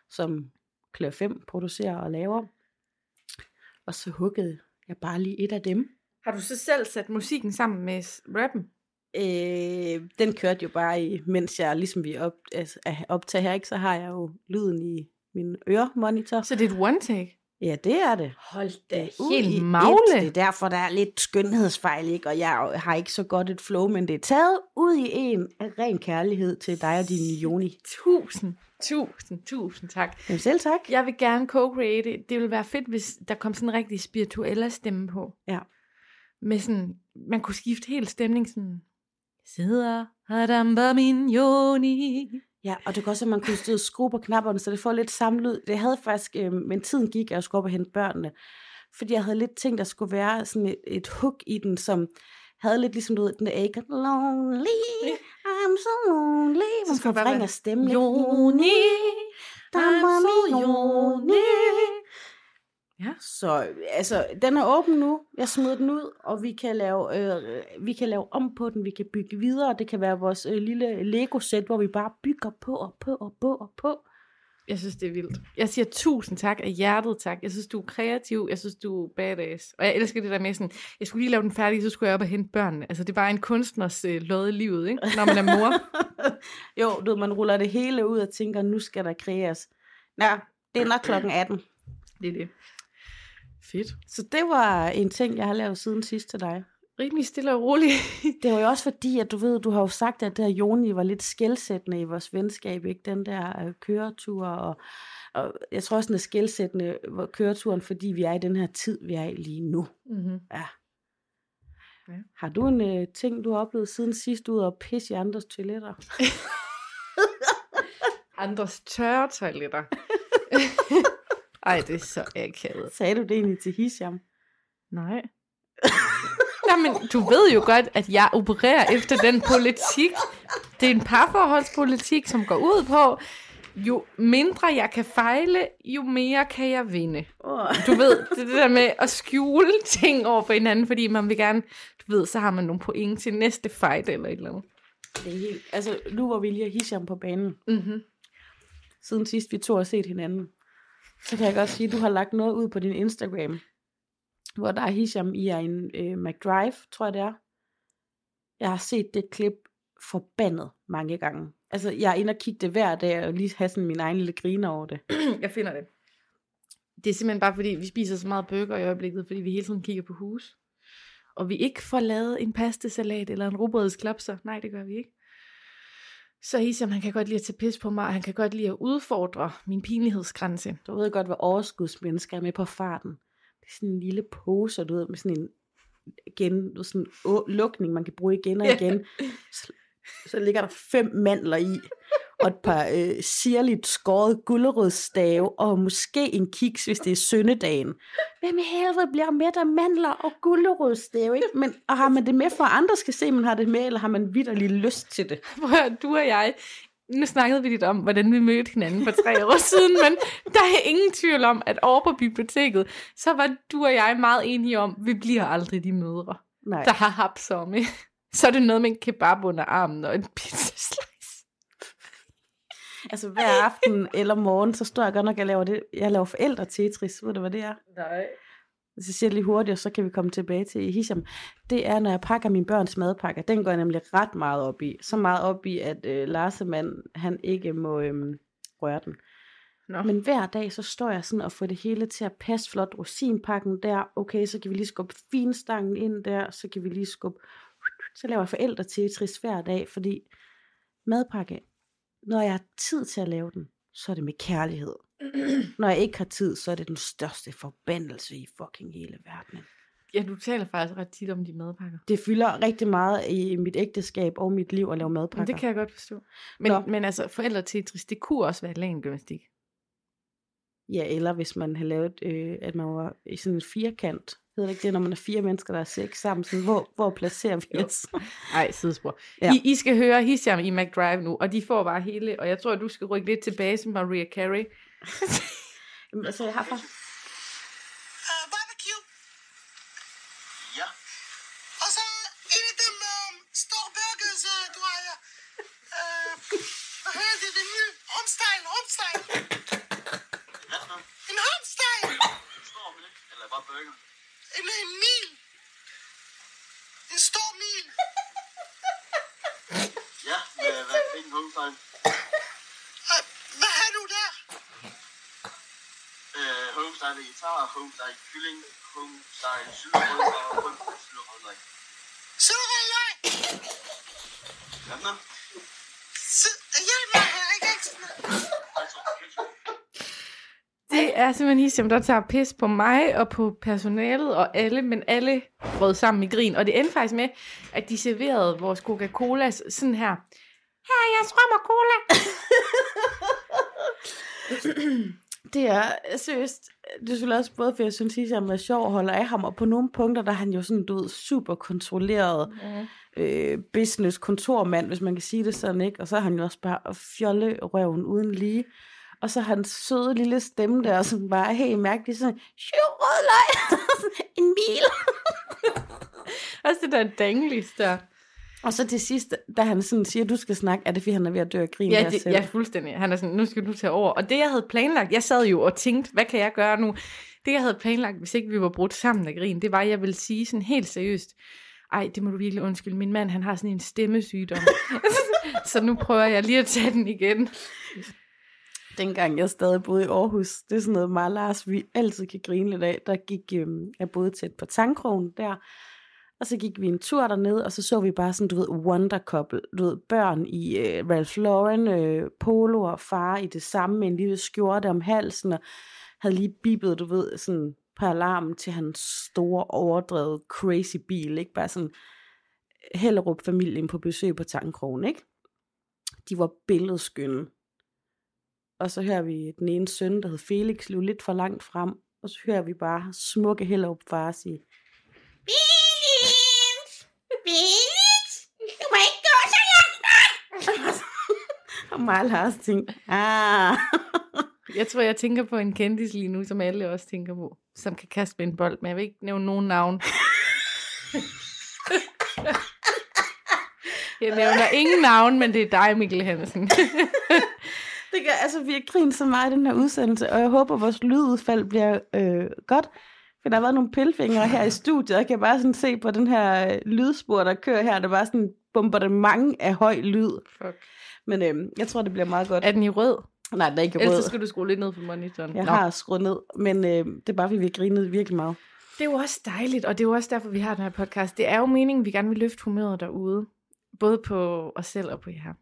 som Klør fem producerer og laver. Og så huggede jeg bare lige et af dem. Har du så selv sat musikken sammen med rappen? Øh, den kørte jo bare i, mens jeg ligesom vi op, altså, optager her, ikke, så har jeg jo lyden i min øremonitor. Så det er et one take? Ja, det er det. Hold da Uh, helt magle. Det er derfor, der er lidt skønhedsfejl, ikke? Og jeg har ikke så godt et flow, men det er taget ud i en af ren kærlighed til dig og din Joni. Tusind, tusind, tusind tak. Jamen selv tak. Jeg vil gerne co-create. Det ville være fedt, hvis der kom sådan en rigtig spirituelle stemme på. Ja. Med sådan, man kunne skifte helt stemning sådan, sidder Adamba min Joni. Ja, og det kan også, at man kunne stå og skrue på knapperne, så det får lidt samlyd. Det havde faktisk, øh, men tiden gik, at jeg skulle op og hente børnene. Fordi jeg havde lidt tænkt, at der skulle være sådan et, et hook i den, som havde lidt ligesom, du ved, den der Akon. Lonely, I'm so lonely. Man Så skal får bare bringer stemmen lidt. Joni, I'm so Joni. Ja. Så altså, den er åben nu. Jeg smider den ud, og vi kan lave, øh, vi kan lave om på den. Vi kan bygge videre. Det kan være vores øh, lille Lego-sæt, hvor vi bare bygger på og på og på og på. Jeg synes, det er vildt. Jeg siger tusind tak af hjertet tak. Jeg synes, du er kreativ. Jeg synes, du er badass. Og jeg elsker det der med sådan, jeg skulle lige lave den færdig, så skulle jeg op og hente børnene. Altså, det er bare en kunstners øh, lod i livet, ikke? Når man er mor. Jo, du ved, man ruller det hele ud og tænker, nu skal der kreeres. Ja, det er nok klokken atten. Det er det. Fedt. Så det var en ting, jeg har lavet siden sidst til dig. Rimelig stille og roligt. Det var jo også fordi, at du ved, du har jo sagt, at det her Joni var lidt skelsættende i vores venskab, ikke? Den der øh, køretur, og, og jeg tror også, den er skelsættende køreturen, fordi vi er i den her tid, vi er i lige nu. Mm-hmm. Ja. Ja. Har du en øh, ting, du har oplevet siden sidst ud og pisse i andres toiletter? Andres tørre toiletter. Ej, det er så akavet. Sagde du det egentlig til Hisham? Nej. Jamen, du ved jo godt, at jeg opererer efter den politik. Det er en parforholdspolitik, som går ud på, jo mindre jeg kan fejle, jo mere kan jeg vinde. Oh. Du ved, det er det der med at skjule ting over for hinanden, fordi man vil gerne, du ved, så har man nogle point til næste fight eller et eller andet. Det er helt, altså, nu var vi lige Hisham på banen. Mm-hmm. Siden sidst vi to har set hinanden. Så kan jeg godt sige, at du har lagt noget ud på din Instagram, hvor der er Hisham i en øh, McDrive, tror jeg det er. Jeg har set det klip forbandet mange gange. Altså, jeg er inde og kigge det hver dag, og lige have sådan min egen lille griner over det. Jeg finder det. Det er simpelthen bare fordi, vi spiser så meget burger i øjeblikket, fordi vi hele tiden kigger på hus. Og vi ikke får lavet en pastasalat eller en rugbrødsklapser. Nej, det gør vi ikke. Så Hisham, han kan godt lide at tage pis på mig, og han kan godt lide at udfordre min pinlighedsgrænse. Du ved godt, hvad overskudsmennesker er med på farten. Det er sådan en lille pose, du ved, med sådan en igen, du, sådan en lukning, man kan bruge igen og igen. Så, så ligger der fem mandler i, og et par øh, sirligt skåret gulerødsstave, og måske en kiks, hvis det er søndedagen. Hvem i helvede bliver med af mandler og gulerødsstave, ikke? Men, og har man det med for, at andre skal se, man har det med, eller har man vitterlig lyst til det? Du og jeg, nu snakkede vi lidt om, hvordan vi mødte hinanden for tre år siden, men der er ingen tvivl om, at over på biblioteket, så var du og jeg meget enige om, at vi bliver aldrig de mødre, Nej. der har hapsomme. Så er det noget med en kebab under armen og en pizzaslice. Altså hver aften eller morgen, så står jeg godt nok, jeg laver det. Jeg laver forældre Tetris, ved du hvad det er? Nej. Så siger jeg lige hurtigt, og så kan vi komme tilbage til Hisham. Det er, når jeg pakker min børns madpakker. Den går jeg nemlig ret meget op i. Så meget op i, at øh, Larsemand, han ikke må øh, røre den. Nå. Men hver dag, så står jeg sådan og får det hele til at passe flot. Rosinpakken der, okay, så kan vi lige skubbe finstangen ind der, så kan vi lige skubbe. Så laver jeg forældre Tetris hver dag, fordi madpakke, når jeg har tid til at lave den, så er det med kærlighed. Når jeg ikke har tid, så er det den største forbandelse i fucking hele verden. Ja, du taler faktisk ret tit om de madpakker. Det fylder rigtig meget i mit ægteskab og mit liv at lave madpakker. Men det kan jeg godt forstå. Men, men altså, forældre Tetris, det kunne også være lagengymnastik. Ja, eller hvis man har lavet, øh, at man var i sådan en firkant. Hedder det ikke det, når man er fire mennesker, der er seks sammen? Sådan, hvor, hvor placerer vi os? Ej, sidespor. Ja. I, I skal høre Hisham i McDrive nu, og de får bare hele, og jeg tror, at du skal rykke lidt tilbage som Mariah Carey. Jamen, altså, jeg har bare... Uh, barbecue. Ja. Og så en af dem uh, store burgers, uh, du har her. Uh, hvad hedder det, det nye? Homestyle, homestyle. En, en mil. En stor mil. Ja, med hvad, hvilken homestyle? Ej, hvad har du der? Øh, homestyle vegetar, homestyle kylling, homestyle sylterød og homestyle sylterød. Så er det jeg. Hvad er den? Hjælp mig her, ikke ekstra. Det er simpelthen Hisham, der tager pis på mig og på personalet og alle, men alle brød sammen i grin. Og det endte faktisk med, at de serverede vores Coca-Cola sådan her. Her er jeres rom og cola. Det er seriøst, det er selvfølgelig også både, for jeg synes, at han er sjov og holder af ham, og på nogle punkter, der er han jo sådan, du ved, super kontrolleret mm. øh, business kontormand, hvis man kan sige det sådan, ikke? Og så er han jo også bare fjolle røven uden lige. Og så hans søde lille stemme der, som bare er helt mærkelig, sådan, syv rødløg, en mil. Også det der danglis der. Og så til sidst, da han sådan siger, du skal snakke, er det fordi han er ved at dø af grin? Ja, det, ja, fuldstændig. Han er sådan, nu skal du tage over. Og det jeg havde planlagt, jeg sad jo og tænkte, hvad kan jeg gøre nu? Det jeg havde planlagt, hvis ikke vi var brudt sammen af grin, det var, jeg ville sige sådan helt seriøst, ej, det må du virkelig undskylde, min mand, han har sådan en stemmesygdom. Så nu prøver jeg lige at tage den igen. Dengang jeg stadig boede i Aarhus, det er sådan noget, mig og Lars, vi altid kan grine lidt af, der gik øhm, jeg boede tæt på Tangkrogen der, og så gik vi en tur derned, og så så vi bare sådan, du ved, wonder couple, du ved, børn i øh, Ralph Lauren, øh, polo og far i det samme, med en lille skjorte om halsen, og havde lige bippet, du ved, sådan på alarmen til hans store, overdrevet, crazy bil, ikke? Bare sådan Hellerup-familien på besøg på Tangkrogen, ikke? De var billedskønne. Og så hører vi den ene søn, der hed Felix, løb lidt for langt frem, og så hører vi bare smukke Hellerup far sige, Felix! Felix! Du må ikke gå så langt! Og mig og Lars tænkte, ah. Jeg tror, jeg tænker på en kendis lige nu, som alle også tænker på, som kan kaste med en bold, men jeg vil ikke nævne nogen navn. Jeg nævner ingen navn, men det er dig, Mikkel Hansen. Det gør, altså, vi har grinet så meget i den her udsendelse, og jeg håber, at vores lydudfald bliver øh, godt. For der har været nogle pilfingre her i studiet, og jeg kan bare sådan se på den her øh, lydspor, der kører her, der var sådan en bombardement af høj lyd. Fuck. Men øh, jeg tror, det bliver meget godt. Er den i rød? Nej, den er ikke rød. Ellers skal du skrue lidt ned for monitoren. Jeg Nå. har skruet ned, men øh, det er bare, fordi vi har grinet virkelig meget. Det er jo også dejligt, og det er jo også derfor, vi har den her podcast. Det er jo meningen, vi gerne vil løfte humøret derude. Både på os selv og på jer.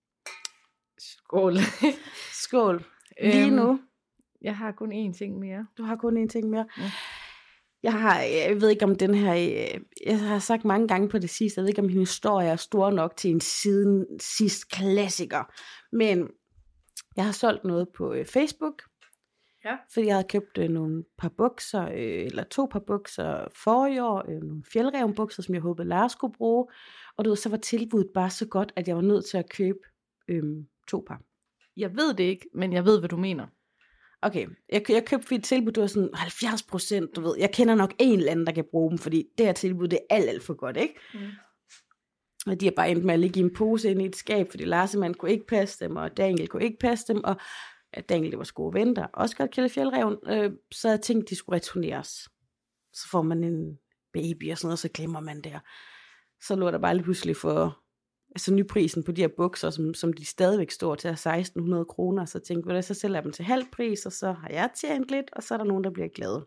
Skål. Skål. Lige Øhm, nu. Jeg har kun én ting mere. Du har kun én ting mere. Ja. Jeg har, jeg ved ikke om den her, jeg har sagt mange gange på det sidste, jeg ved ikke om min historie er stor nok til en siden sidst klassiker. Men jeg har solgt noget på Facebook. Ja. Fordi jeg havde købt øh, nogle par bukser, øh, eller to par bukser forrige år, øh, nogle fjeldrevnbukser, som jeg håbede Lars skulle bruge. Og du ved, så var tilbuddet bare så godt, at jeg var nødt til at købe øh, to par. Jeg ved det ikke, men jeg ved, hvad du mener. Okay, jeg, jeg købte for et tilbud, du var sådan halvfjerds procent, du ved. Jeg kender nok en eller anden, der kan bruge dem, fordi det her tilbud, det er alt, alt for godt, ikke? Mm. Og de har bare endt med at ligge i en pose inde i et skab, fordi Lars man kunne ikke passe dem, og Daniel kunne ikke passe dem, og Daniel, det var gode ven, der også godt kælde fjeldreven, øh, så jeg tænkte, de skulle returneres. Så får man en baby og sådan noget, så glemmer man det. Så lå der bare lige pludselig for altså nyprisen på de her bukser, som, som de stadigvæk står til, er seksten hundrede kroner. Så tænkte jeg, så sælger jeg dem til halv pris, og så har jeg tjent lidt, og så er der nogen, der bliver glade.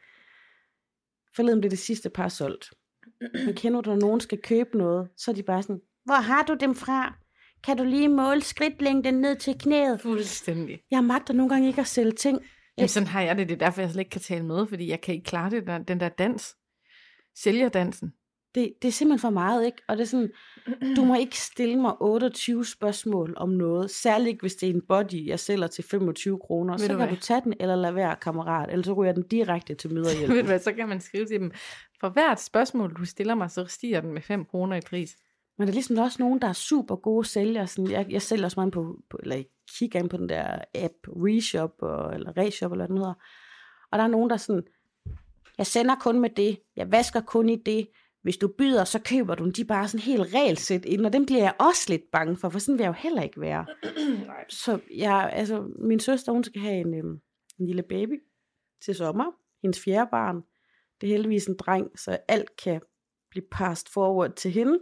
Forleden blev det sidste par solgt. Men kender du, når nogen skal købe noget, så er de bare sådan, hvor har du dem fra? Kan du lige måle skridtlængden ned til knæet? Fuldstændig. Jeg magter nogle gange ikke at sælge ting. Jamen, sådan har jeg det. Det er derfor, jeg slet ikke kan tale med, fordi jeg kan ikke klare det, der, den der dans. Sælgerdansen. Det, det er simpelthen for meget, ikke? Og det er sådan, du må ikke stille mig otteogtyve spørgsmål om noget, særligt hvis det er en body, jeg sælger til femogtyve kroner, så du kan hvad? du tage den, eller lade være, kammerat, eller så ryger jeg den direkte til møderhjælp. Ved du hvad, så kan man skrive til dem, for hvert spørgsmål, du stiller mig, så stiger den med fem kroner i pris. Men der er ligesom også nogen, der er super gode sælgere. Sådan, jeg, jeg sælger også meget på, på, eller jeg kigger ind på den der app, Reshop, og, eller Reshop, eller hvad den hedder. Og der er nogen, der er sådan, jeg sender kun med det, jeg vasker kun i det, hvis du byder, så køber du den. De er bare sådan helt regelsæt ind, og dem bliver jeg også lidt bange for, for sådan vil jeg jo heller ikke være. Så jeg, altså, min søster, hun skal have en, øhm, en lille baby til sommer, hendes fjerde barn. Det er heldigvis en dreng, så alt kan blive passed forward til hende.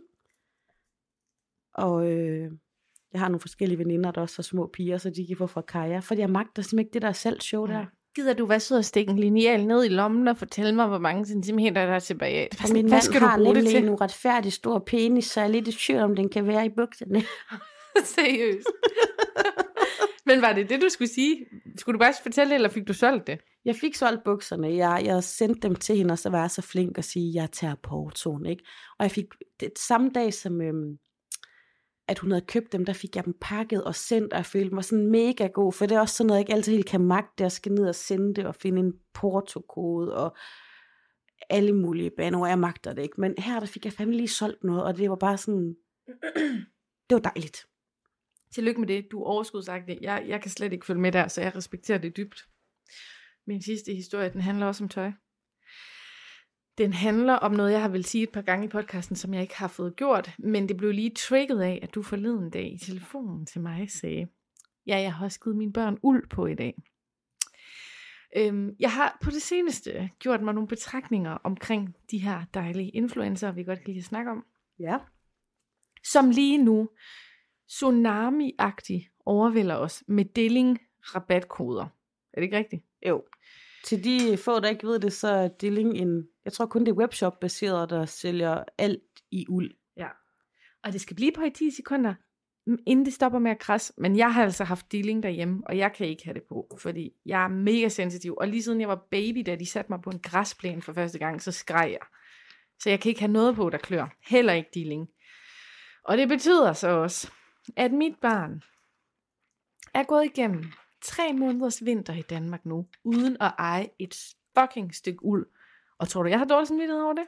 Og øh, jeg har nogle forskellige veninder, der også har små piger, så de kan få fra Kaja. Fordi jeg magter simpelthen ikke det der salgshow der. Gider du være sød og stikke en lineal ned i lommen og fortælle mig, hvor mange centimeter der er tilbage? Hvad, min hvad mand skal har du bruge det nemlig til? en uretfærdig stor penis, så jeg er lidt i tvivl, om den kan være i bukserne. Seriøst. Men var det det, du skulle sige? Skulle du bare fortælle det, eller fik du solgt det? Jeg fik solgt bukserne. Jeg, jeg sendte dem til hende, og så var jeg så flink at sige, at jeg tager portoen, ikke? Og jeg fik det samme dag, som øhm, at hun havde købt dem, der fik jeg dem pakket og sendt, og jeg følte mig sådan mega god, for det er også sådan noget, jeg ikke altid helt kan magte. Jeg skal ned og sende det og finde en portokode og alle mulige baner, jeg magter det ikke. Men her der fik jeg fandme lige solgt noget, og det var bare sådan, det var dejligt. Tillykke med det. Du er overskudsagtig. Jeg, jeg kan slet ikke følge med der, så jeg respekterer det dybt. Min sidste historie, den handler også om tøj. Den handler om noget, jeg har vel sige et par gange i podcasten, som jeg ikke har fået gjort, men det blev lige trigget af, at du forleden dag i telefonen til mig sagde, ja, jeg har også givet mine børn uld på i dag. Øhm, jeg har på det seneste gjort mig nogle betragtninger omkring de her dejlige influencer, vi godt kan lide at snakke om. Ja. Som lige nu tsunami-agtigt overvælder os med deling-rabatkoder. Er det ikke rigtigt? Jo. Til de få, der ikke ved det, så er Dilling en, jeg tror kun det er webshop-baseret, der sælger alt i uld. Ja. Og det skal blive på i ti sekunder, inden det stopper med at krasse. Men jeg har altså haft deling derhjemme, og jeg kan ikke have det på, fordi jeg er mega sensitiv. Og lige siden jeg var baby, da de satte mig på en græsplæne for første gang, så skreg jeg. Så jeg kan ikke have noget på, der klør. Heller ikke deling. Og det betyder så også, at mit barn er gået igennem tre måneders vinter i Danmark nu, uden at eje et fucking stykke uld. Og tror du, jeg har dårlig samvittighed over det?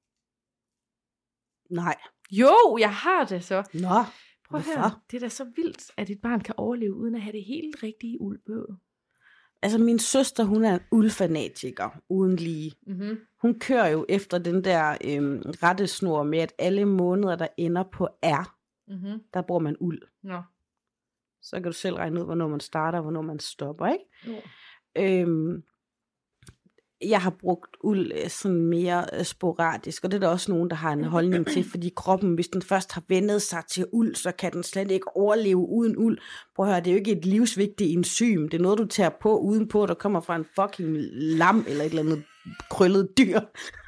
Nej. Jo, jeg har det så. Nå, Prøv at høre, det er da så vildt, at et barn kan overleve, uden at have det helt rigtige uld på. Altså min søster, hun er en uldfanatiker, uden lige. Mm-hmm. Hun kører jo efter den der øhm, rettesnor med, at alle måneder, der ender på R, Mm-hmm. der bruger man uld. Nå. Så kan du selv regne ud, hvornår man starter, og hvornår man stopper, ikke? Jo. Øhm, jeg har brugt uld øh, sådan mere øh, sporadisk, og det er der også nogen, der har en holdning til, fordi kroppen, hvis den først har vendet sig til uld, så kan den slet ikke overleve uden uld. Prøv at høre, det er jo ikke et livsvigtigt enzym, det er noget, du tager på udenpå, der kommer fra en fucking lam, eller et eller andet krøllet dyr.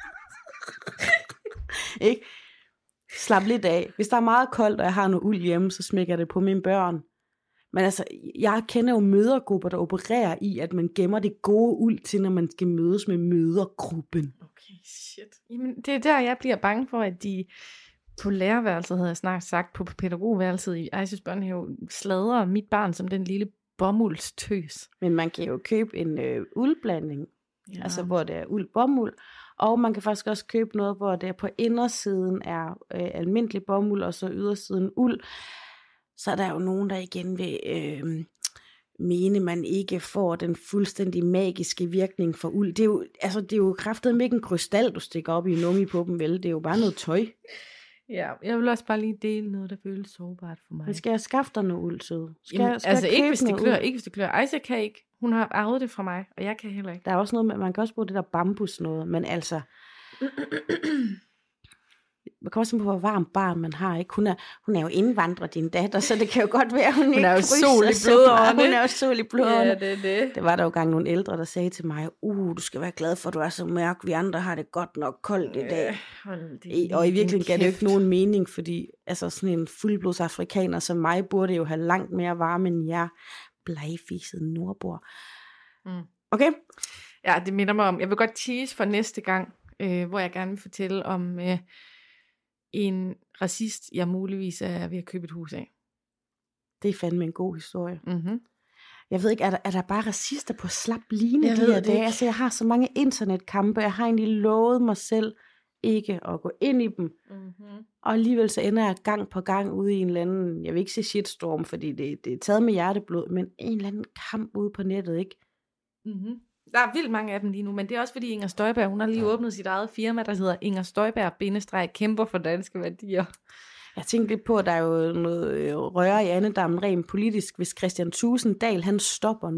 Ikke? Slap lidt af. Hvis der er meget koldt, og jeg har noget uld hjemme, så smækker jeg det på mine børn. Men altså, jeg kender jo mødergrupper, der opererer i, at man gemmer det gode uld til, når man skal mødes med mødergruppen. Okay, shit. Jamen, det er der, jeg bliver bange for, at de på lærerværelset, havde jeg snart sagt, på pædagogværelset i Ejses børnehave, sladrer mit barn som den lille bomuldstøs. Men man kan jo købe en øh, uldblanding, Ja. altså hvor det er uld bomuld, og man kan faktisk også købe noget, hvor det på indersiden er øh, almindelig bomuld, og så ydersiden uld. Så er der jo nogen, der igen vil øh, mene, man ikke får den fuldstændig magiske virkning for uld. Det er jo, altså, det er jo kraftedeme ikke en krystal, du stikker op i en nummi på dem, vel? Det er jo bare noget tøj. Ja, jeg vil også bare lige dele noget, der føles sårbart for mig. Men skal jeg skaffe dig noget uld, søde? Skal, Jamen, jeg- skal altså jeg ikke købe hvis, det noget klør, uld? ikke hvis det klør. Isaac kan ikke. Hun har arvet det fra mig, og jeg kan heller ikke. Der er også noget med, man kan også bruge det der bambus noget, men altså, man kan også tænke på, hvor varmt barn man har, ikke? Hun er, hun er jo indvandret, din datter, så det kan jo godt være, hun, hun ikke er jo fryser sol i så blodårene. meget. Hun er jo sol i blodårene. det er det. Det var der jo gang nogle ældre, der sagde til mig, uh, du skal være glad for, at du er så mørk, vi andre har det godt nok koldt i dag. Hold det I, og i virkeligheden gav det jo ikke kæft. nogen mening, fordi altså sådan en fuldblods afrikaner som mig, burde jo have langt mere varme end jer blegfisede nordbor. Mm. Okay? Ja, det minder mig om. Jeg vil godt tease for næste gang, øh, hvor jeg gerne vil fortælle om øh, en racist, jeg muligvis er ved at købe et hus af. Det er fandme en god historie. Mm-hmm. Jeg ved ikke, er der, er der bare racister på slap line Jeg de ved her det dage? ikke. Altså, jeg har så mange internetkampe, jeg har egentlig lovet mig selv ikke at gå ind i dem. Mm-hmm. Og alligevel så ender jeg gang på gang ude i en eller anden, jeg vil ikke sige shitstorm, fordi det, det er taget med hjerteblod, men en eller anden kamp ude på nettet, ikke? Mm-hmm. Der er vildt mange af dem lige nu, men det er også fordi Inger Støjberg, hun har lige åbnet sit eget firma, der hedder Inger Støjberg kæmper for danske værdier. Jeg tænkte lidt på, at der er jo noget øh, røre i andedammen rent politisk, hvis Christian Thulesen Dahl, han stopper nu.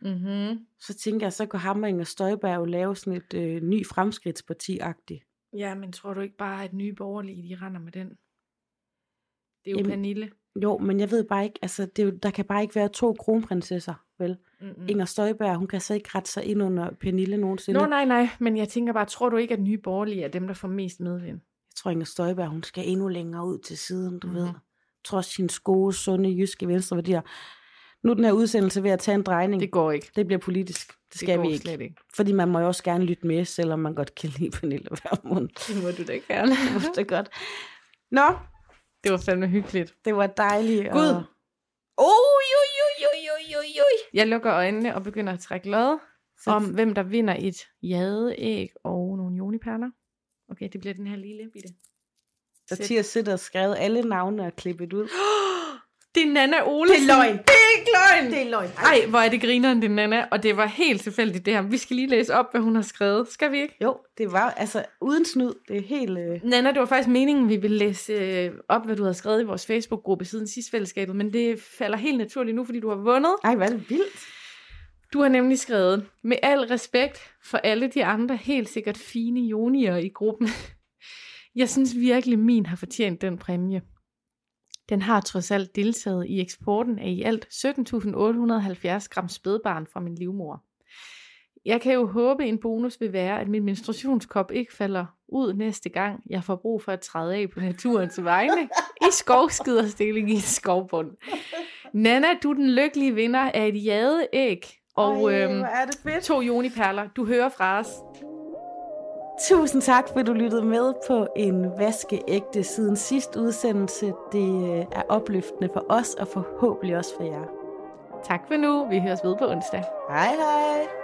Mm-hmm. Så tænker jeg, så kunne ham og Inger Støjberg jo lave sådan et øh, ny fremskridtsparti-agtigt. Ja, men tror du ikke bare, at Nye Borgerlige, de render med den? Det er jo Jamen, Pernille. Jo, men jeg ved bare ikke, altså det er jo, der kan bare ikke være to kronprinsesser, vel? Mm-mm. Inger Støjberg, hun kan så ikke rette sig ind under Pernille nogensinde. Nå, nej, nej, men jeg tænker bare, tror du ikke, at Nye Borgerlige er dem, der får mest medvind? Jeg tror, Inger Støjberg, hun skal endnu længere ud til siden, du Mhm. mm-hmm. ved. Trods hendes gode, sunde, jyske venstreværdier. Nu er den her udsendelse ved at tage en drejning. Det går ikke. Det bliver politisk. Det Det skal går vi ikke. slet ikke. Fordi man må jo også gerne lytte med, selvom man godt kan lide Pernille Vermund. Det må du da gerne. Det er godt. Nå, Det var fandme hyggeligt. det var dejligt. Gud. Og... Oj, oj, oj, oj, oj, oj, oj. Jeg lukker øjnene og begynder at trække lod Så- om, hvem der vinder et jadeæg og nogle juniperler. Okay, det bliver den her lille bitte. Så Tia sidder og skrevet alle navne og klippet ud. Det er Nana Olesen. Det er løgn. Det er ikke løgn. Det er løgn. Ej, hvor er det grineren, det er Nana. Og det var helt tilfældigt det her. Vi skal lige læse op, hvad hun har skrevet. Skal vi ikke? Jo, det var altså uden snyd. Det er helt... Øh... Nana, det var faktisk meningen, vi ville læse øh, op, hvad du havde skrevet i vores Facebook-gruppe siden sidst fællesskabet. Men det falder helt naturligt nu, fordi du har vundet. Ej, hvad er det vildt. Du har nemlig skrevet, med al respekt for alle de andre helt sikkert fine jonier i gruppen. Jeg synes virkelig, min har fortjent den præmie. Den har trods alt deltaget i eksporten af i alt sytten tusind otte hundrede og halvfjerds gram spædbarn fra min livmor. Jeg kan jo håbe, en bonus vil være, at min menstruationskop ikke falder ud næste gang, jeg får brug for at træde af på naturens vegne i skovskiderstilling i en skovbund. Nana, du er den lykkelige vinder af et jadeæg og Ej, øhm, hvor er det fedt. to juniperler. Du hører fra os. Tusind tak, fordi du lyttede med på en vaskeægte siden sidste udsendelse. Det øh, er opløftende for os, og forhåbentlig også for jer. Tak for nu. Vi høres ved på onsdag. Hej hej.